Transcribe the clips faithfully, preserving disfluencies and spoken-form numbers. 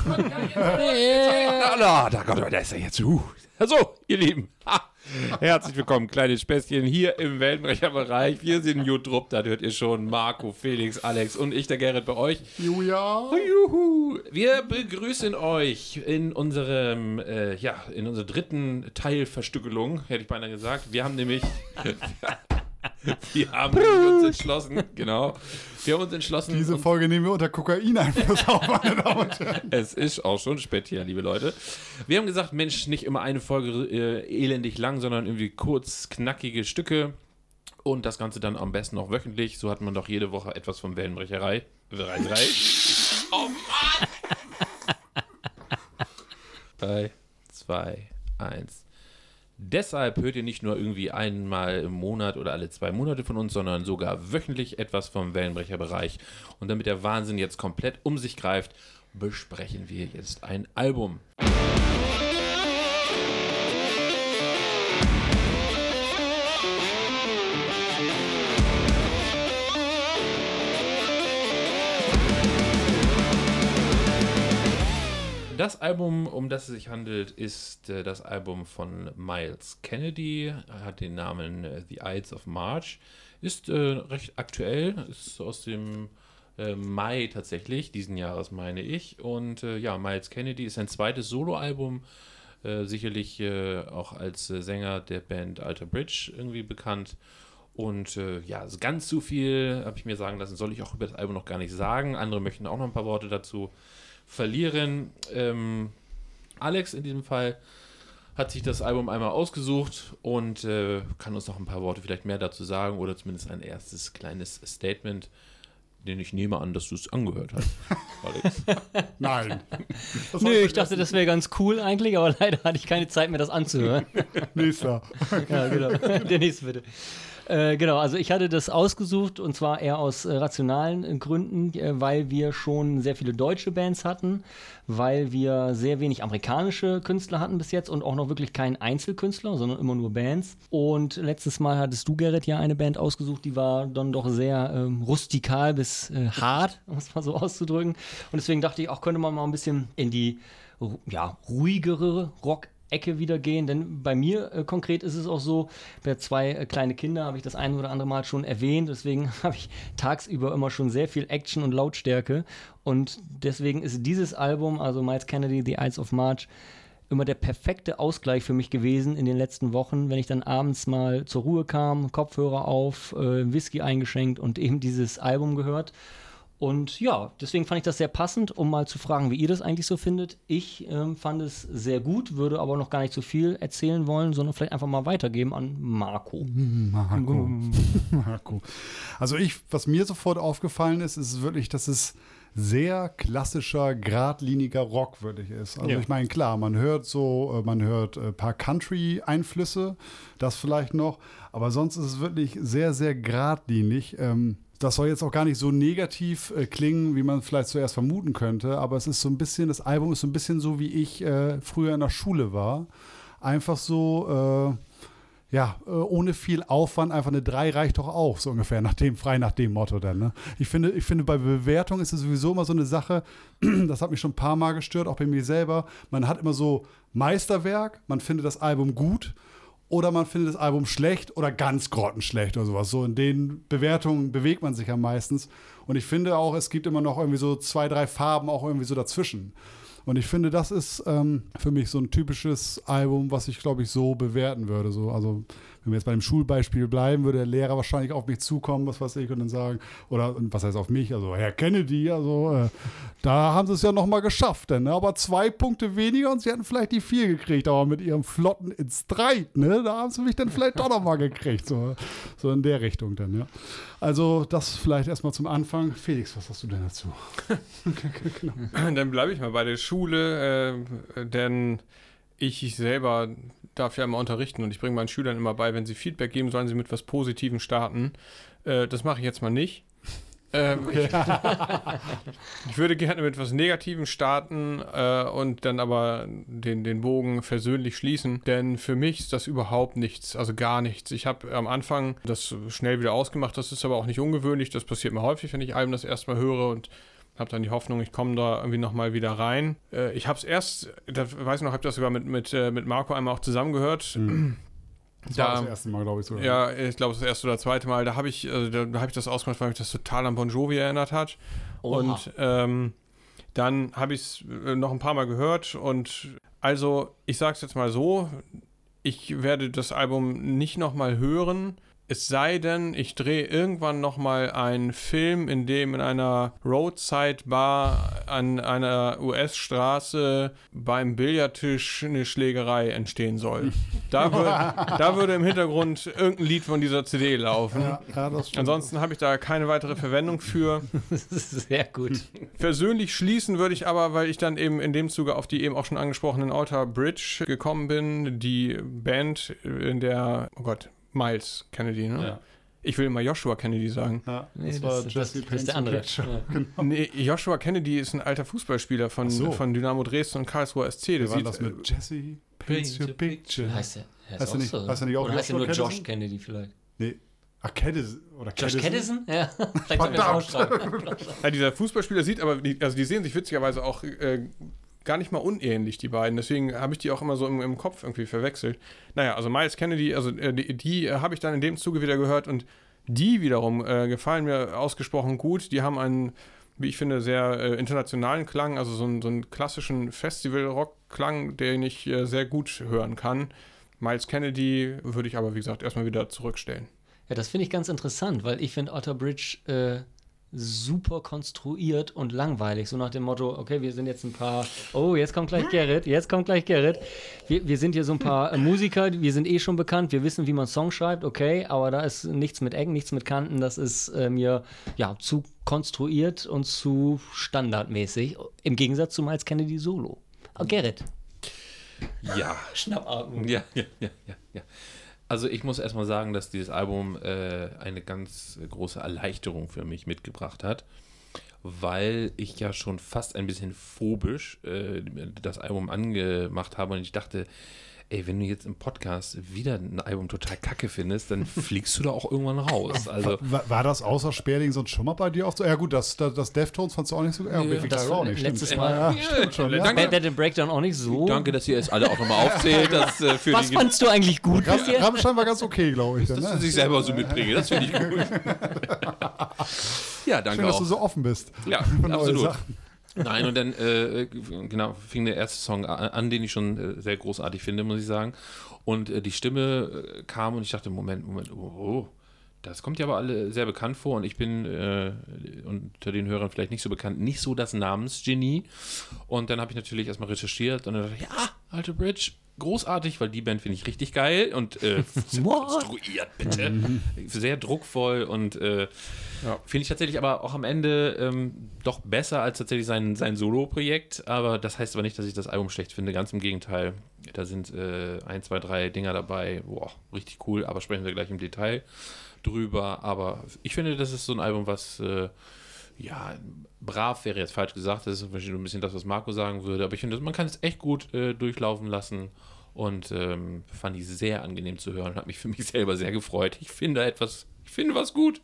Na, da Gott, da ist er jetzt. Uh. So, ihr Lieben. Ha. Herzlich willkommen, kleine Späßchen, hier im Wellenbrecherbereich. Wir sind Jutrup, da hört ihr schon Marco, Felix, Alex und ich, der Gerrit, bei euch. Julia. Juhu. Wir begrüßen euch in unserem, äh, ja, in unserer dritten Teilverstückelung, hätte ich beinahe gesagt. Wir haben nämlich... Wir haben uns entschlossen, genau. Wir haben uns entschlossen. Diese Folge nehmen wir unter Kokaineinfluss auf, meine Damen und Herren. Es ist auch schon spät hier, liebe Leute. Wir haben gesagt, Mensch, nicht immer eine Folge äh, elendig lang, sondern irgendwie kurz, knackige Stücke. Und das Ganze dann am besten auch wöchentlich. So hat man doch jede Woche etwas von Wellenbrecherei. Drei, drei. Oh Mann! Drei, zwei, eins. Deshalb hört ihr nicht nur irgendwie einmal im Monat oder alle zwei Monate von uns, sondern sogar wöchentlich etwas vom Wellenbrecherbereich. Und damit der Wahnsinn jetzt komplett um sich greift, besprechen wir jetzt ein Album. Das Album, um das es sich handelt, ist äh, das Album von Myles Kennedy, hat den Namen äh, The Ides of March, ist äh, recht aktuell, ist aus dem äh, Mai tatsächlich, diesen Jahres meine ich, und äh, ja, Myles Kennedy ist sein zweites Soloalbum, äh, sicherlich äh, auch als äh, Sänger der Band Alter Bridge irgendwie bekannt. Und äh, ja, also ganz zu viel, habe ich mir sagen lassen, soll ich auch über das Album noch gar nicht sagen. Andere möchten auch noch ein paar Worte dazu verlieren. Ähm, Alex in diesem Fall hat sich das Album einmal ausgesucht und äh, kann uns noch ein paar Worte vielleicht mehr dazu sagen oder zumindest ein erstes kleines Statement, den ich nehme an, dass du es angehört hast, Alex. Nein. Nö, ich dachte, das wäre ganz cool eigentlich, aber leider hatte ich keine Zeit mehr, das anzuhören. Nächster. Ja, genau. Der nächste bitte. Äh, genau, also ich hatte das ausgesucht und zwar eher aus äh, rationalen äh, Gründen, äh, weil wir schon sehr viele deutsche Bands hatten, weil wir sehr wenig amerikanische Künstler hatten bis jetzt und auch noch wirklich keinen Einzelkünstler, sondern immer nur Bands. Und letztes Mal hattest du, Gerrit, ja eine Band ausgesucht, die war dann doch sehr ähm, rustikal bis äh, hart, um es mal so auszudrücken. Und deswegen dachte ich, auch könnte man mal ein bisschen in die ja, ruhigere Rock- Ecke wieder gehen, denn bei mir äh, konkret ist es auch so, bei zwei äh, kleine Kinder habe ich das ein oder andere Mal schon erwähnt, deswegen habe ich tagsüber immer schon sehr viel Action und Lautstärke und deswegen ist dieses Album, also Myles Kennedy, The Ides of March, immer der perfekte Ausgleich für mich gewesen in den letzten Wochen, wenn ich dann abends mal zur Ruhe kam, Kopfhörer auf, äh, Whisky eingeschenkt und eben dieses Album gehört. Und ja, deswegen fand ich das sehr passend, um mal zu fragen, wie ihr das eigentlich so findet. Ich ähm, fand es sehr gut, würde aber noch gar nicht so viel erzählen wollen, sondern vielleicht einfach mal weitergeben an Marco. Marco. Marco. Also ich, was mir sofort aufgefallen ist, ist wirklich, dass es sehr klassischer, geradliniger Rock wirklich ist. Also ja. Ich meine, klar, man hört so, man hört ein paar Country-Einflüsse, das vielleicht noch, aber sonst ist es wirklich sehr, sehr geradlinig. Ähm, Das soll jetzt auch gar nicht so negativ äh, klingen, wie man vielleicht zuerst vermuten könnte, aber es ist so ein bisschen, das Album ist so ein bisschen so, wie ich äh, früher in der Schule war. Einfach so, äh, ja, äh, ohne viel Aufwand, einfach eine drei reicht doch auch, so ungefähr, nach dem, frei nach dem Motto dann. Ne? Ich finde, ich finde, bei Bewertung ist es sowieso immer so eine Sache, das hat mich schon ein paar Mal gestört, auch bei mir selber. Man hat immer so Meisterwerk, man findet das Album gut. Oder man findet das Album schlecht oder ganz grottenschlecht oder sowas. So in den Bewertungen bewegt man sich ja meistens. Und ich finde auch, es gibt immer noch irgendwie so zwei, drei Farben auch irgendwie so dazwischen. Und ich finde, das ist ähm, für mich so ein typisches Album, was ich, glaube ich, so bewerten würde. So, also wenn wir jetzt bei dem Schulbeispiel bleiben, würde der Lehrer wahrscheinlich auf mich zukommen, was weiß ich, und dann sagen, oder was heißt auf mich, also Herr Kennedy, also äh, da haben sie es ja noch mal geschafft, denn, ne? Aber zwei Punkte weniger und sie hätten vielleicht die vier gekriegt, aber mit ihrem flotten ins Streit, ne, da haben sie mich dann vielleicht doch noch mal gekriegt, so, so in der Richtung dann, ja. Also das vielleicht erstmal zum Anfang. Felix, was hast du denn dazu? Genau. Dann bleibe ich mal bei der Schule, äh, denn ich selber darf ja immer unterrichten und ich bringe meinen Schülern immer bei, wenn sie Feedback geben, sollen sie mit was Positivem starten. Äh, das mache ich jetzt mal nicht. Ähm, ich, ich würde gerne mit etwas Negativem starten äh, und dann aber den, den Bogen versöhnlich schließen, denn für mich ist das überhaupt nichts, also gar nichts. Ich habe am Anfang das schnell wieder ausgemacht, das ist aber auch nicht ungewöhnlich, das passiert mir häufig, wenn ich Alben das erste Mal höre und habe dann die Hoffnung, ich komme da irgendwie nochmal wieder rein. Äh, ich habe es erst, da weiß ich noch, habe das sogar mit, mit, äh, mit Marco einmal auch zusammengehört. Mhm. Das da, war das erste Mal, glaube ich, sogar. Ja, ich glaube, das erste oder zweite Mal. Da habe ich, also, da, da habe ich das ausgemacht, weil mich das total an Bon Jovi erinnert hat. Oha. Und ähm, dann habe ich es noch ein paar Mal gehört. Und also, ich sage es jetzt mal so, ich werde das Album nicht nochmal hören. Es sei denn, ich drehe irgendwann nochmal einen Film, in dem in einer Roadside-Bar an einer U S-Straße beim Billardtisch eine Schlägerei entstehen soll. Da, würd, da würde im Hintergrund irgendein Lied von dieser C D laufen. Ja, ja, das stimmt. Ansonsten habe ich da keine weitere Verwendung für. Das ist sehr gut. Persönlich schließen würde ich aber, weil ich dann eben in dem Zuge auf die eben auch schon angesprochenen Outer Bridge gekommen bin, die Band, in der, oh Gott, Miles Kennedy, ne? Ja. Ich will immer Joshua Kennedy sagen. Ja, Nee, das, das, war das, Jesse das, das ist der andere. Picture. Ja. Genau. Nee, Joshua Kennedy ist ein alter Fußballspieler von, Ach so. von Dynamo Dresden und Karlsruher S C. Der Wie war sieht, das mit Jesse Paints Your Picture? Heißt der? heißt Heißt er auch nicht- so. heißt er nicht auch Oder heißt er nur Joshua Josh Caddison? Kennedy vielleicht? Nee. Ach, Caddison. Oder Josh Caddison? Caddison? Ja. Vielleicht sollen wir das aufschreiben. ja, dieser Fußballspieler sieht aber, die, also die sehen sich witzigerweise auch äh, gar nicht mal unähnlich, die beiden. Deswegen habe ich die auch immer so im, im Kopf irgendwie verwechselt. Naja, also Miles Kennedy, also äh, die, die äh, habe ich dann in dem Zuge wieder gehört und die wiederum äh, gefallen mir ausgesprochen gut. Die haben einen, wie ich finde, sehr äh, internationalen Klang, also so einen, so einen klassischen Festival-Rock-Klang, den ich äh, sehr gut hören kann. Miles Kennedy würde ich aber, wie gesagt, erstmal wieder zurückstellen. Ja, das finde ich ganz interessant, weil ich finde Outer Bridge äh, super konstruiert und langweilig. So nach dem Motto, okay, wir sind jetzt ein paar, oh, jetzt kommt gleich Gerrit, jetzt kommt gleich Gerrit. Wir, wir sind hier so ein paar äh, Musiker, wir sind eh schon bekannt, wir wissen, wie man Songs schreibt, okay, aber da ist nichts mit Ecken, nichts mit Kanten, das ist äh, mir ja zu konstruiert und zu standardmäßig. Im Gegensatz zu Miles Kennedy Solo. Oh, Gerrit. Ja. Schnappatmung. Ja, ja, ja, ja, ja. Also ich muss erstmal sagen, dass dieses Album äh, eine ganz große Erleichterung für mich mitgebracht hat, weil ich ja schon fast ein bisschen phobisch äh, das Album angemacht habe und ich dachte, ey, wenn du jetzt im Podcast wieder ein Album total kacke findest, dann fliegst du da auch irgendwann raus. Also War, war das außer Sperling sonst schon mal bei dir auch so? Ja gut, das, das, das Deftones fandst du auch nicht so. Ja, Nee, Biffy das Clyro auch nicht. letztes stimmt. Mal- Ja, Ja, stimmt schon. Ja. danke. Bad Dead and Breakdown auch nicht so. danke, dass ihr jetzt alle auch nochmal aufzählt. Dass, äh, für Was die, fandst du eigentlich gut Ram- bisher? Rammstein war ganz okay, glaube ich. Dann, dass ne? du sich selber so mitbringst. Das finde ich gut. Ja, danke Schön, dass auch. du so offen bist. Ja, für neue absolut. Sachen. Nein, und dann äh, genau fing der erste Song an, an, den ich schon äh, sehr großartig finde, muss ich sagen. Und äh, die Stimme äh, kam und ich dachte, Moment, Moment, oh, oh, das kommt ja aber alle sehr bekannt vor und ich bin äh, unter den Hörern vielleicht nicht so bekannt, nicht so das Namensgenie. Und dann habe ich natürlich erstmal recherchiert und dann dachte ich, ja, Alte Bridge, großartig, weil die Band finde ich richtig geil und äh, konstruiert, bitte. Sehr druckvoll und äh, Ja. finde ich tatsächlich aber auch am Ende ähm, doch besser als tatsächlich sein, sein Solo-Projekt. Aber das heißt aber nicht, dass ich das Album schlecht finde. Ganz im Gegenteil. Da sind äh, ein, zwei, drei Dinger dabei. Boah, richtig cool. Aber sprechen wir gleich im Detail drüber. Aber ich finde, das ist so ein Album, was äh, ja, brav wäre jetzt falsch gesagt. Das ist wahrscheinlich ein bisschen das, was Marco sagen würde. Aber ich finde, man kann es echt gut äh, durchlaufen lassen. Und ähm, fand ich sehr angenehm zu hören und hat mich für mich selber sehr gefreut. Ich finde etwas, ich finde was gut.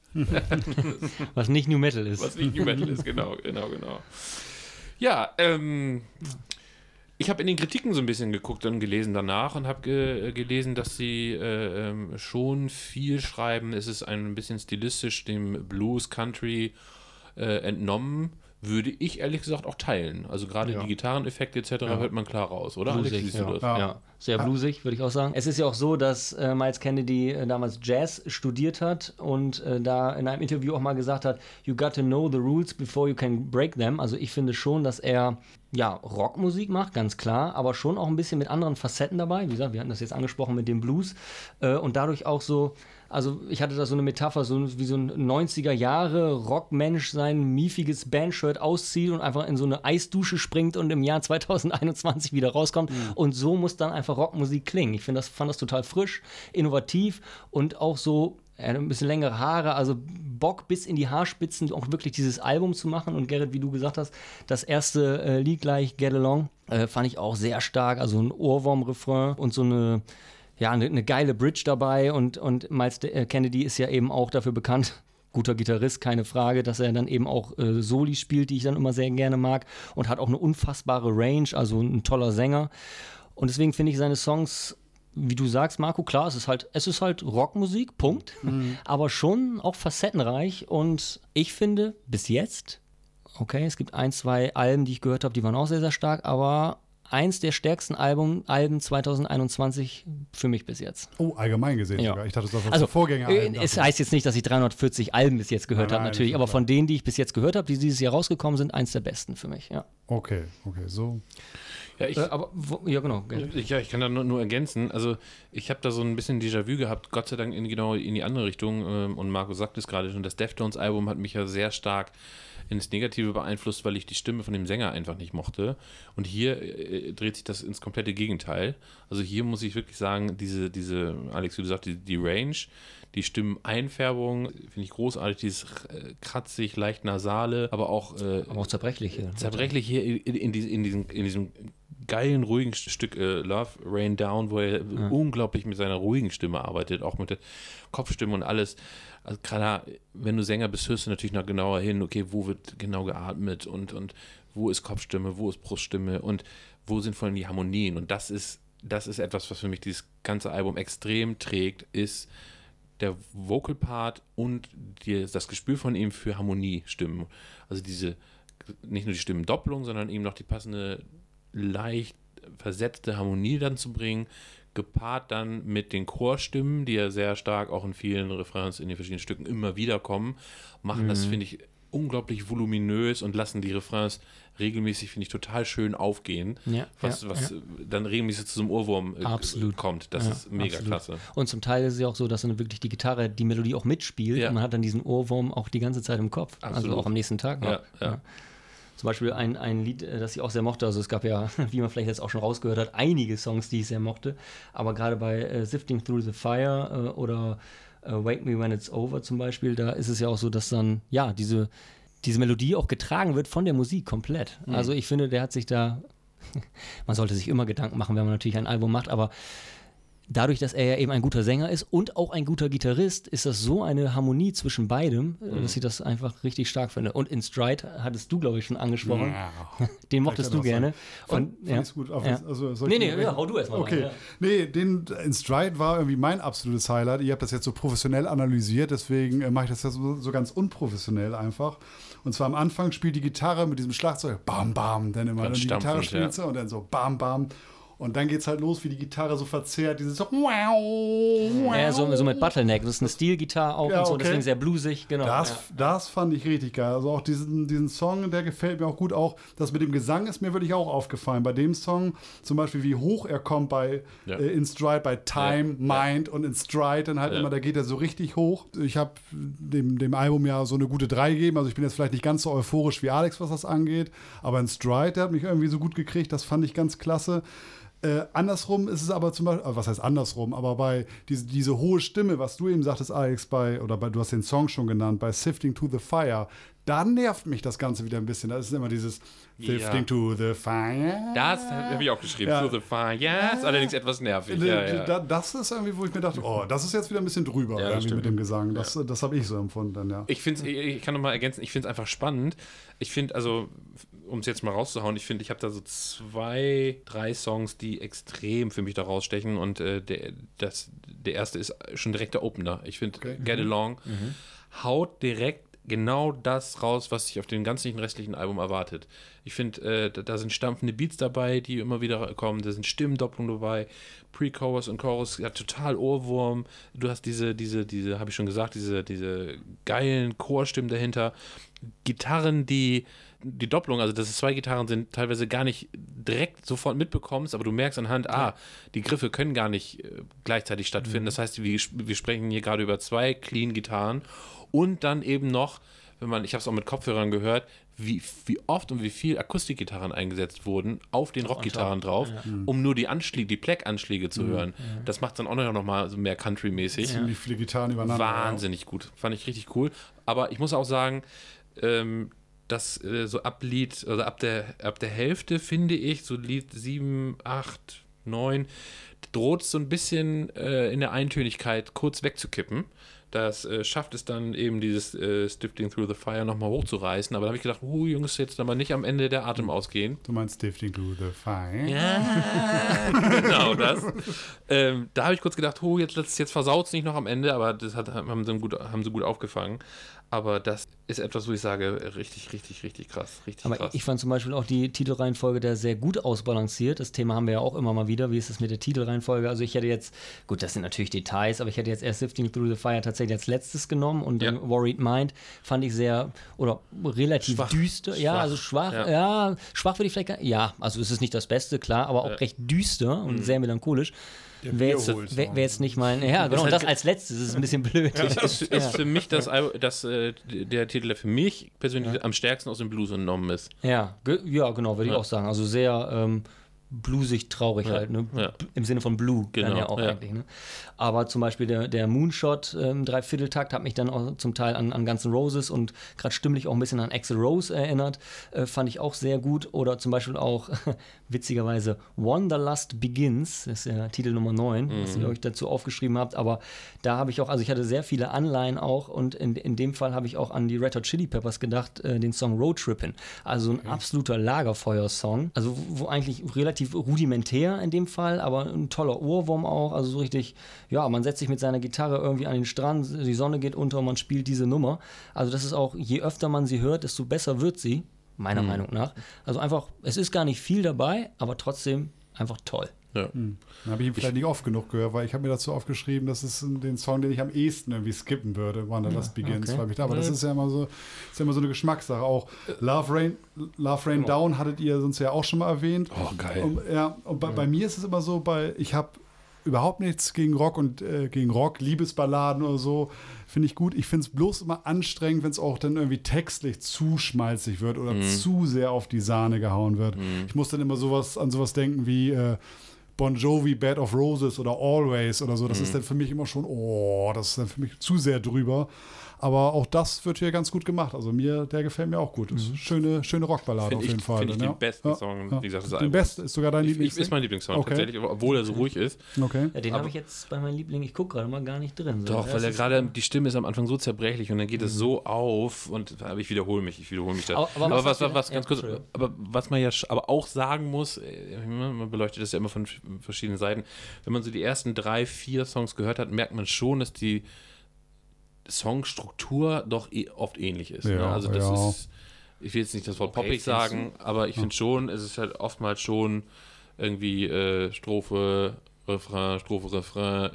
Was nicht New Metal ist. Was nicht New Metal ist, genau, genau, genau. Ja, ähm, ich habe in den Kritiken so ein bisschen geguckt und gelesen danach und habe ge gelesen, dass sie äh, ähm, schon viel schreiben. Es ist ein bisschen stilistisch dem Blues, Country äh, entnommen. Würde ich ehrlich gesagt auch teilen. Also gerade Ja. die Gitarreneffekte et cetera Ja. hört man klar raus, oder? Alex, Bluesig, wie siehst du das? ja. Ja. Ja, sehr bluesig, würde ich auch sagen. Es ist ja auch so, dass äh, Miles Kennedy äh, damals Jazz studiert hat und äh, da in einem Interview auch mal gesagt hat, you got to know the rules before you can break them. Also ich finde schon, dass er ja Rockmusik macht, ganz klar, aber schon auch ein bisschen mit anderen Facetten dabei. Wie gesagt, wir hatten das jetzt angesprochen mit dem Blues äh, und dadurch auch so, also ich hatte da so eine Metapher, so wie so ein neunziger Jahre Rockmensch sein miefiges Bandshirt auszieht und einfach in so eine Eisdusche springt und im Jahr zweitausendeinundzwanzig wieder rauskommt. Mhm. Und so muss dann einfach Rockmusik klingen. Ich finde das, fand das total frisch, innovativ und auch so äh, ein bisschen längere Haare, also Bock bis in die Haarspitzen, auch wirklich dieses Album zu machen. Und Gerrit, wie du gesagt hast, das erste äh, Lied gleich, Get Along, äh, fand ich auch sehr stark. Also ein Ohrwurm-Refrain und so eine ja, eine, eine geile Bridge dabei und, und Miles Kennedy ist ja eben auch dafür bekannt, guter Gitarrist, keine Frage, dass er dann eben auch äh, Soli spielt, die ich dann immer sehr gerne mag und hat auch eine unfassbare Range, also ein toller Sänger. Und deswegen finde ich seine Songs, wie du sagst, Marco, klar, es ist halt, es ist halt Rockmusik, Punkt, mhm. aber schon auch facettenreich und ich finde, bis jetzt, okay, es gibt ein, zwei Alben, die ich gehört habe, die waren auch sehr, sehr stark, aber eins der stärksten Album, Alben zwanzig einundzwanzig für mich bis jetzt. Oh, allgemein gesehen ja. sogar. Ich dachte, das war also, Vorgänger. Es heißt jetzt nicht, dass ich dreihundertvierzig Alben bis jetzt gehört habe, natürlich, aber von denen, die ich bis jetzt gehört habe, die dieses Jahr rausgekommen sind, eins der besten für mich, ja. Okay, okay, so. Ja, ich, äh, aber, wo, ja, genau. Ich, ja, ich kann da nur, nur ergänzen. Also, ich habe da so ein bisschen Déjà-vu gehabt, Gott sei Dank in, genau in die andere Richtung. Ähm, und Marco sagt es gerade schon, das Deftones-Album hat mich ja sehr stark ins Negative beeinflusst, weil ich die Stimme von dem Sänger einfach nicht mochte. Und hier äh, dreht sich das ins komplette Gegenteil. Also hier muss ich wirklich sagen, diese, diese Alex, wie du sagst, die, die Range, die Stimmeneinfärbung finde ich großartig, dieses äh, kratzig, leicht nasale, aber auch, äh, aber auch zerbrechlich hier. Zerbrechlich hier in, in, in, diesem, in diesem geilen, ruhigen Stück äh, Love Rain Down, wo er ja. unglaublich mit seiner ruhigen Stimme arbeitet, auch mit der Kopfstimme und alles. Also klar, wenn du Sänger bist, hörst du natürlich noch genauer hin, okay, wo wird genau geatmet und, und wo ist Kopfstimme, wo ist Bruststimme und wo sind vor allem die Harmonien. Und das ist, das ist etwas, was für mich dieses ganze Album extrem trägt, ist der Vocal Part und die, das Gespür von ihm für Harmoniestimmen. Also diese, nicht nur die Stimmendoppelung, sondern eben noch die passende, leicht versetzte Harmonie dann zu bringen, gepaart dann mit den Chorstimmen, die ja sehr stark auch in vielen Refrains in den verschiedenen Stücken immer wieder kommen, machen mhm. das, finde ich, unglaublich voluminös und lassen die Refrains regelmäßig, finde ich, total schön aufgehen, ja, was, ja, was ja. dann regelmäßig zu so einem Ohrwurm äh, absolut. kommt. Das ja, ist mega absolut. klasse. Und zum Teil ist es ja auch so, dass dann wirklich die Gitarre die Melodie auch mitspielt ja. und man hat dann diesen Ohrwurm auch die ganze Zeit im Kopf, absolut. Also auch am nächsten Tag noch. Ja, ja. Ja. Zum Beispiel ein, ein Lied, das ich auch sehr mochte, also es gab ja, wie man vielleicht jetzt auch schon rausgehört hat, einige Songs, die ich sehr mochte, aber gerade bei äh, Sifting Through the Fire äh, oder äh, Wake Me When It's Over zum Beispiel, da ist es ja auch so, dass dann, ja, diese, diese Melodie auch getragen wird von der Musik komplett. Mhm. Also ich finde, der hat sich da, man sollte sich immer Gedanken machen, wenn man natürlich ein Album macht, aber dadurch, dass er ja eben ein guter Sänger ist und auch ein guter Gitarrist, ist das so eine Harmonie zwischen beidem, mhm. dass ich das einfach richtig stark finde. Und in Stride hattest du, glaube ich, schon angesprochen. Ja. Den mochtest du gerne. Fand, und, fand ja. ich's gut. Auf, ja. also, nee, nee, ja, hau du erstmal okay. rein. Ja. Nee, den in Stride war irgendwie mein absolutes Highlight. Ihr habt das jetzt so professionell analysiert, deswegen äh, mache ich das jetzt so, so ganz unprofessionell einfach. Und zwar am Anfang spielt die Gitarre mit diesem Schlagzeug bam, bam, dann immer dann die Gitarre spielt ja. und dann so bam, bam. Und dann geht's halt los, wie die Gitarre so verzerrt, dieses so ja, so, so mit Bottleneck, das ist eine Steel-Gitarre auch ja, und so, okay. deswegen sehr bluesig, genau. Das, ja. das fand ich richtig geil. Also auch diesen, diesen Song, der gefällt mir auch gut. Auch das mit dem Gesang ist mir wirklich auch aufgefallen. Bei dem Song zum Beispiel, wie hoch er kommt bei ja. äh, in Stride, bei Time, ja. Mind ja. und in Stride, dann halt ja. immer, da geht er so richtig hoch. Ich habe dem, dem Album ja so eine gute drei gegeben. Also ich bin jetzt vielleicht nicht ganz so euphorisch wie Alex, was das angeht. Aber in Stride, der hat mich irgendwie so gut gekriegt. Das fand ich ganz klasse. Äh, andersrum ist es aber zum Beispiel, was heißt andersrum, aber bei diese, diese hohe Stimme, was du eben sagtest, Alex, bei, oder bei, du hast den Song schon genannt, bei Sifting to the Fire, da nervt mich das Ganze wieder ein bisschen. Da ist immer dieses Sifting ja. to the Fire. Das habe ich auch geschrieben, ja. to the Fire, ja, ist allerdings etwas nervig. Ja, ja. Da, das ist irgendwie, wo ich mir dachte, oh, das ist jetzt wieder ein bisschen drüber ja, irgendwie mit dem Gesang. Das, ja. das habe ich so empfunden dann, ja. Ich finde ich kann nochmal ergänzen, ich finde es einfach spannend. Ich finde, also, um es jetzt mal rauszuhauen, ich finde, ich habe da so zwei, drei Songs, die extrem für mich da rausstechen und äh, der, das, der erste ist schon direkt der Opener. Ich finde, okay. Get mhm. Along mhm. haut direkt genau das raus, was sich auf dem ganzen restlichen Album erwartet. Ich finde, äh, da, da sind stampfende Beats dabei, die immer wieder kommen, da sind Stimmendopplungen dabei, Pre-Chorus und Chorus, ja, total Ohrwurm. Du hast diese, diese, diese, habe ich schon gesagt, diese, diese geilen Chorstimmen dahinter. Gitarren, die die Doppelung, also dass es zwei Gitarren sind, teilweise gar nicht direkt sofort mitbekommst, aber du merkst anhand, ja. ah, die Griffe können gar nicht äh, gleichzeitig stattfinden. Mhm. Das heißt, wir, wir sprechen hier gerade über zwei Clean-Gitarren und dann eben noch, wenn man, ich habe es auch mit Kopfhörern gehört, wie, wie oft und wie viel Akustikgitarren eingesetzt wurden auf den Rockgitarren drauf, ja. um nur die Anschläge, die Pleck-Anschläge zu mhm. hören. Ja. Das macht es dann auch noch mal so mehr Country-mäßig. Ja. Ziemlich viele Gitarren übereinander. Wahnsinnig ja. gut. Fand ich richtig cool. Aber ich muss auch sagen, ähm, dass äh, so ab Lied, also ab der, ab der Hälfte, finde ich, so Lied sieben, acht, neun, droht es so ein bisschen äh, in der Eintönigkeit kurz wegzukippen. das äh, schafft es dann eben, dieses äh, Sifting Through the Fire nochmal hochzureißen. Aber da habe ich gedacht, uh, Jungs, jetzt aber nicht am Ende der Atem ausgehen. Du meinst Sifting Through the Fire? Ja, genau das. Ähm, da habe ich kurz gedacht, oh, jetzt, jetzt versaut es nicht noch am Ende, aber das hat, haben, sie gut, haben sie gut aufgefangen. Aber das ist etwas, wo ich sage, richtig, richtig, richtig krass. Richtig aber krass. ich fand zum Beispiel auch die Titelreihenfolge da sehr gut ausbalanciert. Das Thema haben wir ja auch immer mal wieder. Wie ist es mit der Titelreihenfolge? Also ich hätte jetzt, gut, das sind natürlich Details, aber ich hätte jetzt erst Sifting Through the Fire tatsächlich als letztes genommen und Ja. dann Worried Mind fand ich sehr, oder relativ Schwach. düster. Ja, Schwach. also schwach. Ja. Ja, schwach würde ich vielleicht gar, ja, also es ist nicht das Beste, klar, aber auch Ja. recht düster und Mhm. sehr melancholisch. Der Wäre jetzt, Bierholsong. wär, wär jetzt nicht mein, ja genau, und das als letztes ist ein bisschen blöd. Das ist, ist Ja. für mich das, Al- das, äh, der Titel, der für mich persönlich Ja. am stärksten aus dem Blues entnommen ist. Ja, ge- ja, genau, würde ich Ja. auch sagen. Also sehr ähm, bluesig, traurig Ja, halt, ne? ja. Im Sinne von Blue dann Genau, ja auch ja. eigentlich, ne? Aber zum Beispiel der, der Moonshot ähm, Dreivierteltakt hat mich dann auch zum Teil an, an Guns N' Roses und gerade stimmlich auch ein bisschen an Axl Rose erinnert. Äh, fand ich auch sehr gut. Oder zum Beispiel auch witzigerweise Wanderlust Begins, das ist ja Titel Nummer neun, was ihr euch dazu aufgeschrieben habt. Aber da habe ich auch, also ich hatte sehr viele Anleihen auch und in, in dem Fall habe ich auch an die Red Hot Chili Peppers gedacht, äh, den Song Road Trippin'. Also ein absoluter Lagerfeuer-Song. Also wo, wo eigentlich relativ rudimentär in dem Fall, aber ein toller Ohrwurm auch. Also so richtig, ja, man setzt sich mit seiner Gitarre irgendwie an den Strand, die Sonne geht unter und man spielt diese Nummer. Also das ist auch, je öfter man sie hört, desto besser wird sie, meiner Meinung nach. Also einfach, es ist gar nicht viel dabei, aber trotzdem einfach toll. Ja. Dann habe ich ihn vielleicht nicht oft genug gehört, weil ich habe mir dazu aufgeschrieben, das ist den Song, den ich am ehesten irgendwie skippen würde, Wanderlust Begins. okay. Weil ich, aber das ist ja immer so, ist ja immer so eine Geschmackssache. Auch Love Rain, Love Rain Down hattet ihr sonst ja auch schon mal erwähnt. Oh, geil. Und, ja, und bei, bei mir ist es immer so, bei, ich habe überhaupt nichts gegen Rock und äh, gegen Rock, Liebesballaden oder so, finde ich gut. Ich finde es bloß immer anstrengend, wenn es auch dann irgendwie textlich zu schmalzig wird oder zu sehr auf die Sahne gehauen wird. Ich muss dann immer sowas an sowas denken wie äh, Bon Jovi, Bed of Roses oder Always oder so. Das ist dann für mich immer schon, oh, das ist dann für mich zu sehr drüber. Aber auch das wird hier ganz gut gemacht. Also mir, der gefällt mir auch gut. Das ist eine schöne, schöne Rockballade Finde auf ich, jeden Fall. find ich dann, den ja. besten Ja, Song, ja. wie gesagt, des Den Albums. besten ist sogar dein Ich, Lieblings. ich, ist mein Lieblingssong Okay. tatsächlich, obwohl er so ruhig ist. Okay. Ja, den Aber- habe ich jetzt bei meinem Liebling, ich gucke gerade mal, gar nicht drin. So. Doch, Das weil er ist- gerade, die Stimme ist am Anfang so zerbrechlich und dann geht es so auf und aber ich wiederhole mich, ich wiederhole mich da. Aber- aber Aber, was was, sagt ihr- was, ja, ganz kurz, Entschuldigung. aber was man ja sch- aber auch sagen muss, äh, man beleuchtet das ja immer von verschiedenen Seiten, wenn man so die ersten drei, vier Songs gehört hat, merkt man schon, dass die Songstruktur doch eh oft ähnlich ist. ne? Ja, Also das ja. ist, ich will jetzt nicht das Wort Okay, poppig findest du? sagen, aber ich finde schon, es ist halt oftmals schon irgendwie äh, Strophe, Refrain, Strophe, Refrain,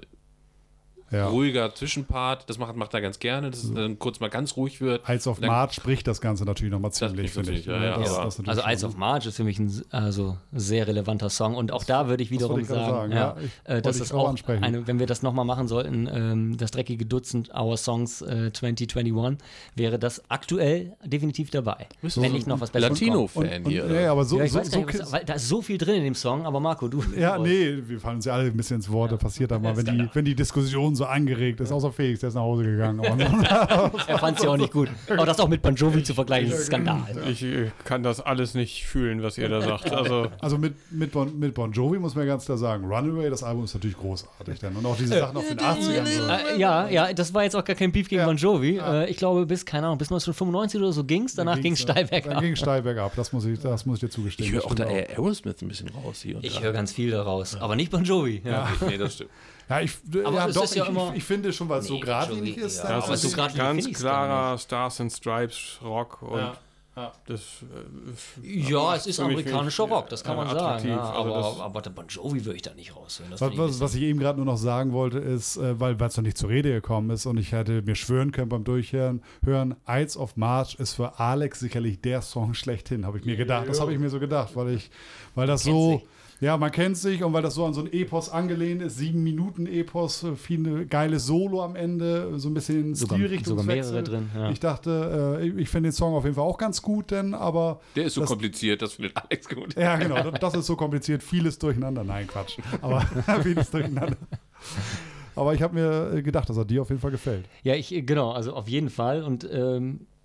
Ja. ruhiger Zwischenpart, das macht, macht er ganz gerne, dass es dann kurz mal ganz ruhig wird. Heights of Dann- March spricht das Ganze natürlich nochmal Das ziemlich, spricht finde ich. natürlich, ja, ja, das, aber- das natürlich Also Eyes schon. of March ist für mich ein also sehr relevanter Song und auch da würde ich das wiederum wollte ich gerade sagen, sagen, ja, ja. Ich- äh, wollte dass ich das drauf auch ansprechen. eine, wenn wir das nochmal machen sollten, ähm, das dreckige Dutzend Our Songs äh, zwanzig einundzwanzig, wäre das aktuell definitiv dabei. Bist du wenn so nicht noch ein was Besseres kommt. Latino-Fan und, hier. und, oder? ja, aber so, Ja, ich so, weiß so, gar nicht, was, weil da ist so viel drin in dem Song, aber Marco, du. ja, nee, wir fallen uns ja alle ein bisschen ins Wort. Da passiert da mal, wenn die, wenn die Diskussion so angeregt ist. Außer Felix, der ist nach Hause gegangen. Aber Er fand es ja auch nicht gut. Aber das auch mit Bon Jovi zu vergleichen, ist ein Skandal. Ich äh, kann das alles nicht fühlen, was ihr da sagt. Also, also mit, mit, bon, mit Bon Jovi muss man ganz klar sagen, Runaway, das Album ist natürlich großartig. Dann. Und auch diese Sachen aus den achtzigern. So. Äh, ja, ja, das war jetzt auch gar kein Beef gegen Ja. Bon Jovi. Äh, ich glaube, bis, keine Ahnung, bis neunzehnhundertfünfundneunzig oder so ging es. Danach ging es steil Dann bergab. ging es steil bergab, das muss ich, das muss ich dir zugestehen. Ich höre auch Das da stimmt eher Aerosmith ein bisschen raus hier und Ich da. höre ganz viel daraus, aber nicht Bon Jovi. Ja. Nee, das stimmt. Ja, ich, Aber ja, es doch, ist ja ich, immer- ich, ich finde schon, weil es so Nee, geradlinig Jovi, ist. ja. dann- das aber ist so grad ganz find ich's gar klarer Stars and Stripes Rock und Ja, ja. das äh, Ja, macht es ist für mich amerikanischer wenig, Rock, das kann äh, man sagen. attraktiv. Ja, Also aber, das- aber der Bon Jovi würde ich da nicht raushören. Das Was, finde ich ein was, was ich eben gerade nur noch sagen wollte, ist, äh, weil es noch nicht zur Rede gekommen ist und ich hätte mir schwören können beim Durchhören, hören, Eyes of March ist für Alex sicherlich der Song schlechthin, habe ich mir gedacht. Das habe ich mir so gedacht, weil ich, weil das kennt so, sich. ja, man kennt sich und weil das so an so ein Epos angelehnt ist, sieben Minuten Epos, äh, viele geile Solo am Ende, so ein bisschen Sogar- Stilrichtungswechsel. sogar mehrere drin, ja. Ich dachte, äh, ich, ich finde den Song auf jeden Fall auch ganz gut, denn aber Der ist so das, kompliziert, das findet Alex gut. ja, genau. Das, das ist so kompliziert. Vieles durcheinander. Nein, Quatsch. Aber vieles durcheinander. Aber ich habe mir gedacht, dass er dir auf jeden Fall gefällt. Ja, ich, genau, also auf jeden Fall. Und ähm,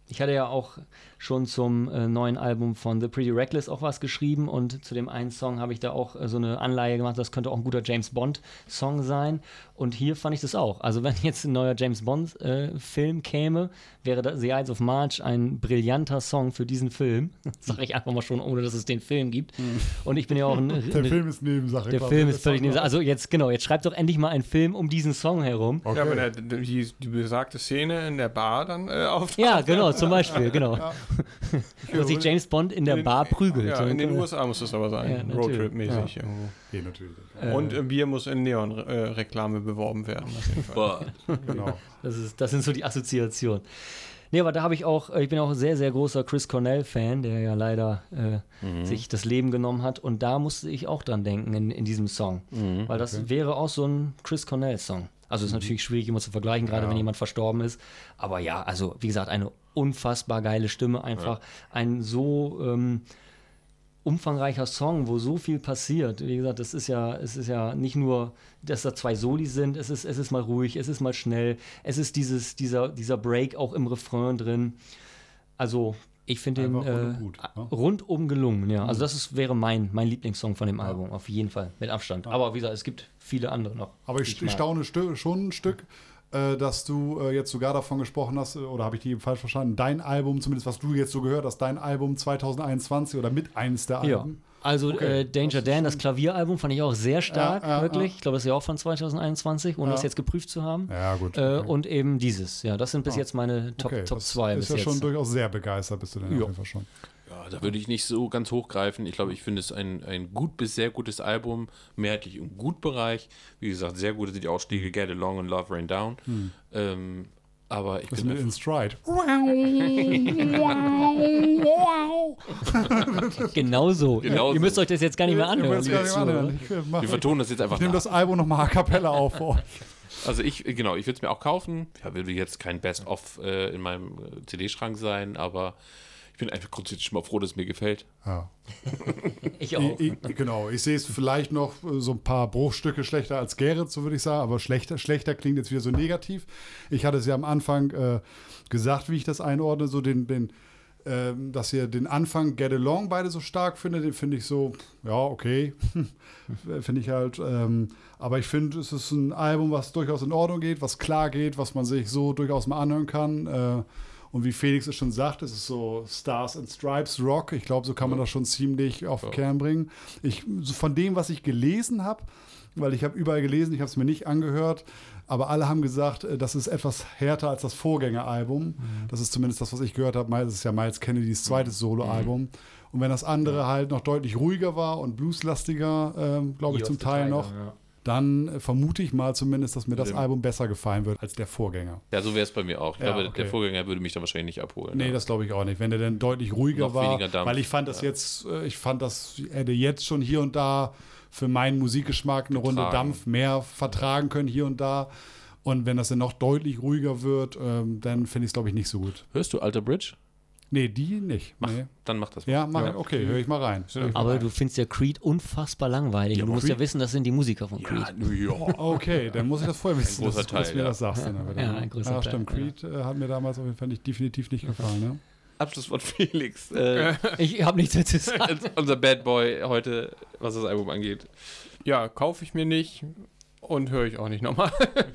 ich hatte ja auch schon zum äh, neuen Album von The Pretty Reckless auch was geschrieben und zu dem einen Song habe ich da auch äh, so eine Anleihe gemacht, das könnte auch ein guter James Bond-Song sein. Und hier fand ich das auch. Also wenn jetzt ein neuer James Bond-Film äh, käme, wäre da The Ides of March ein brillanter Song für diesen Film. Sage ich einfach mal schon, ohne dass es den Film gibt. Mhm. Und ich bin ja auch ein... Der eine, Film ist Nebensache. Der Film ist völlig Nebensache. Also jetzt, genau, jetzt schreibt doch endlich mal einen Film um diesen Song herum. Okay. Ja, aber der, die, die besagte Szene in der Bar dann äh, auftaucht. Ja, genau, zum Beispiel, genau. Ja. Wo sich James Bond in der in, Bar prügelt. Ja, in den U S A muss das aber sein, ja, Roadtrip-mäßig ja. irgendwo. Ja, natürlich. Und äh, Bier muss in Neon-Reklame äh, beworben werden. Auf jeden Fall. Genau. Das, ist, das sind so die Assoziationen. Nee, aber da habe ich auch, ich bin auch ein sehr, sehr großer Chris Cornell-Fan, der ja leider äh, mhm. sich das Leben genommen hat. Und da musste ich auch dran denken in, in diesem Song. Mhm. Weil das okay. wäre auch so ein Chris Cornell-Song. Also ist natürlich schwierig immer zu vergleichen, gerade ja. wenn jemand verstorben ist. Aber ja, also wie gesagt, eine unfassbar geile Stimme einfach. Ja. Ein so ähm, umfangreicher Song, wo so viel passiert. Wie gesagt, das ist ja, es ist ja nicht nur, dass da zwei Solis sind, es ist, es ist mal ruhig, es ist mal schnell, es ist dieses, dieser, dieser Break auch im Refrain drin. Also ich finde den äh, gut, ne? rundum gelungen, ja. Also das ist, wäre mein, mein Lieblingssong von dem ja. Album, auf jeden Fall, mit Abstand. Ja. Aber wie gesagt, es gibt viele andere noch. Aber ich, ich staune st- schon ein Stück, äh, dass du äh, jetzt sogar davon gesprochen hast, oder habe ich die falsch verstanden, dein Album, zumindest was du jetzt so gehört hast, dein Album zwanzig einundzwanzig oder mit eines der Alben. Ja. Also okay. äh, Danger Dan, das Klavieralbum, fand ich auch sehr stark, ja, ja, wirklich. Ja. Ich glaube, das ist ja auch von zwanzig einundzwanzig, ohne ja. das jetzt geprüft zu haben. Ja, gut. Okay. Äh, und eben dieses. Ja, das sind bis ja. jetzt meine Top, okay. Top zwei. Das ist ja bis schon jetzt. durchaus sehr begeistert, bist du denn auf jeden Fall schon. Ja, da würde ich nicht so ganz hochgreifen. Ich glaube, ich finde es ein, ein gut bis sehr gutes Album, mehrheitlich im Gutbereich. Wie gesagt, sehr gute sind die Ausstiege Get Along und Love Rain Down. Hm. Ähm, aber ich das bin mit in Stride. Genau so. Genau Ihr müsst so. euch das jetzt gar nicht mehr anhören. Gar nicht anhören. Ich, Wir vertonen das jetzt einfach. Ich nehme das Album nochmal a cappella auf für euch. Also ich, genau, ich würde es mir auch kaufen. Ja, will jetzt kein Best-of äh, in meinem äh, C D-Schrank sein, aber ich bin einfach grundsätzlich mal froh, dass es mir gefällt. Ja. Ich auch. Ich, ich, genau, ich sehe es vielleicht noch so ein paar Bruchstücke schlechter als Gerrit, so würde ich sagen, aber schlechter, schlechter klingt jetzt wieder so negativ. Ich hatte es ja am Anfang äh, gesagt, wie ich das einordne, so den, den äh, dass ihr den Anfang Get Along beide so stark findet, den finde ich so, ja, okay, finde ich halt, ähm, aber ich finde, es ist ein Album, was durchaus in Ordnung geht, was klar geht, was man sich so durchaus mal anhören kann, äh, und wie Felix es schon sagt, es ist so Stars and Stripes Rock. Ich glaube, so kann man das schon ziemlich auf den Kern bringen. Ich, so von dem, was ich gelesen habe, weil ich habe überall gelesen, ich habe es mir nicht angehört, aber alle haben gesagt, das ist etwas härter als das Vorgängeralbum. Mhm. Das ist zumindest das, was ich gehört habe. Das ist ja Miles Kennedys zweites Soloalbum. Mhm. Und wenn das andere halt noch deutlich ruhiger war und blueslastiger, ähm, glaube ich, zum Teil noch, ja. dann vermute ich mal zumindest, dass mir das Album besser gefallen wird als der Vorgänger. Ja, so wäre es bei mir auch. Ich ja, glaube, okay. der Vorgänger würde mich dann wahrscheinlich nicht abholen. Nee, ja. das glaube ich auch nicht. Wenn der dann deutlich ruhiger Noch war, weniger Dampf. Weil ich fand das ja. jetzt, ich fand das, hätte jetzt schon hier und da für meinen Musikgeschmack eine Runde Vertragen. Dampf mehr vertragen können hier und da. Und wenn das dann noch deutlich ruhiger wird, ähm, dann finde ich es, glaube ich, nicht so gut. Hörst du Alter Bridge? Nee, die nicht. Mach, nee. Dann mach das mal. Ja, mach, ja. okay, höre ich mal rein. Ich Aber mal rein. du findest ja Creed unfassbar langweilig. Ja, du musst Creed? ja wissen, das sind die Musiker von Creed. Ja, ja. Okay, dann muss ich das vorher wissen, ein großer dass, Teil, dass du mir ja. das sagst. Ja, dann ja, ein großer ja, Teil. stimmt. Creed äh, hat mir damals auf jeden Fall nicht, definitiv nicht gefallen. Ne? Abschlusswort Felix. Äh, ich habe nichts dazu zu sagen. Unser Bad Boy heute, was das Album angeht. Ja, kaufe ich mir nicht. Und höre ich auch nicht nochmal.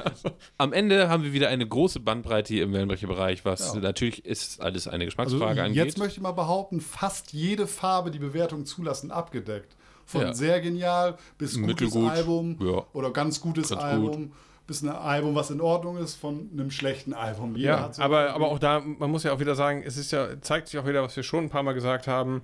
Am Ende haben wir wieder eine große Bandbreite hier im Wellenbrecher-Bereich, was ja. natürlich ist alles eine Geschmacksfrage also angeht. Jetzt möchte ich mal behaupten, fast jede Farbe, die Bewertung zulassen, abgedeckt. Von ja. sehr genial bis Mittelgut. gutes Album ja. oder ganz gutes ganz Album gut. bis ein Album, was in Ordnung ist, von einem schlechten Album. Jeder Ja, so aber, aber auch da, man muss ja auch wieder sagen, es ist ja, zeigt sich auch wieder, was wir schon ein paar Mal gesagt haben,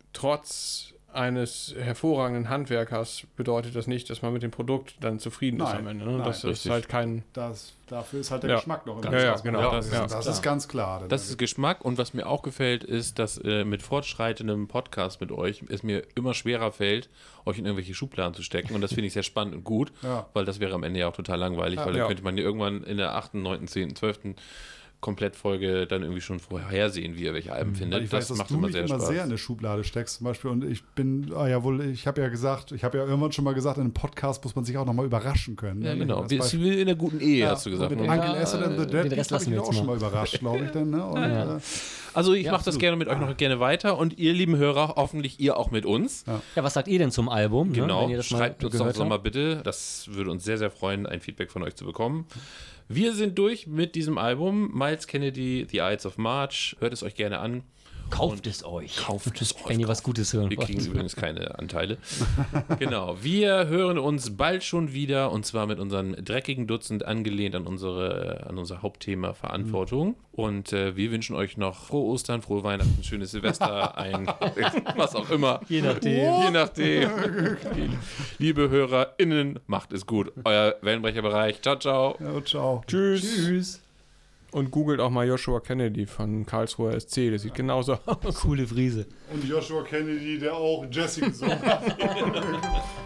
trotz eines hervorragenden Handwerkers bedeutet das nicht, dass man mit dem Produkt dann zufrieden nein, ist am Ende. Ne? Nein, das richtig. ist halt kein... Das, dafür ist halt der ja. Geschmack noch. Ja, ja, genau. Ja, das, das, ja. ist, das ist ganz klar. Das ist Geschmack und was mir auch gefällt, ist, dass äh, mit fortschreitendem Podcast mit euch es mir immer schwerer fällt, euch in irgendwelche Schubladen zu stecken und das finde ich sehr spannend und gut, ja. weil das wäre am Ende ja auch total langweilig, Ja. weil dann Ja. könnte man ja irgendwann in der achten, neunten, zehnten, zwölften Komplettfolge dann irgendwie schon vorhersehen, wie ihr welche Alben findet. Ich weiß, das dass macht du immer mich sehr immer Spaß. sehr in eine Schublade steckst zum Beispiel und ich bin, ah, jawohl, ich habe ja gesagt, ich habe ja irgendwann schon mal gesagt, in einem Podcast muss man sich auch nochmal überraschen können. Ja, ne? genau. Als Wir Beispiel. sind in der guten Ehe, Ja, hast du gesagt. und mit Ne? Uncle Acid and the Dead den Rest habe ich lassen wir mich auch jetzt schon mal. mal überrascht, glaube ich. Dann, ne? Und, Ja. äh, Also ich Ja, mache das absolut. gerne mit euch noch gerne weiter und ihr, lieben Hörer, hoffentlich ihr auch mit uns. Ja, was sagt ihr denn zum Album? Genau, Ne? Wenn ihr das schreibt mal uns doch gehört so mal habt. bitte. Das würde uns sehr, sehr freuen, ein Feedback von euch zu bekommen. Wir sind durch mit diesem Album. Miles Kennedy, The Ides of March. Hört es euch gerne an. Kauft es euch. Kauft es euch. Wenn ihr was Gutes hören Wir wollt. kriegen übrigens keine Anteile. Genau. Wir hören uns bald schon wieder und zwar mit unserem dreckigen Dutzend angelehnt an unsere, an unser Hauptthema Verantwortung. Und äh, wir wünschen euch noch frohe Ostern, frohe Weihnachten, schönes Silvester, ein was auch immer. Je nachdem. Je nachdem. Liebe HörerInnen, macht es gut. Euer Wellenbrecherbereich. Ciao, ciao. ja, ciao. Tschüss. Tschüss. Und googelt auch mal Joshua Kennedy von Karlsruher S C. Der sieht genauso aus. Coole Friese. Und Joshua Kennedy, der auch Jesse gesungen hat.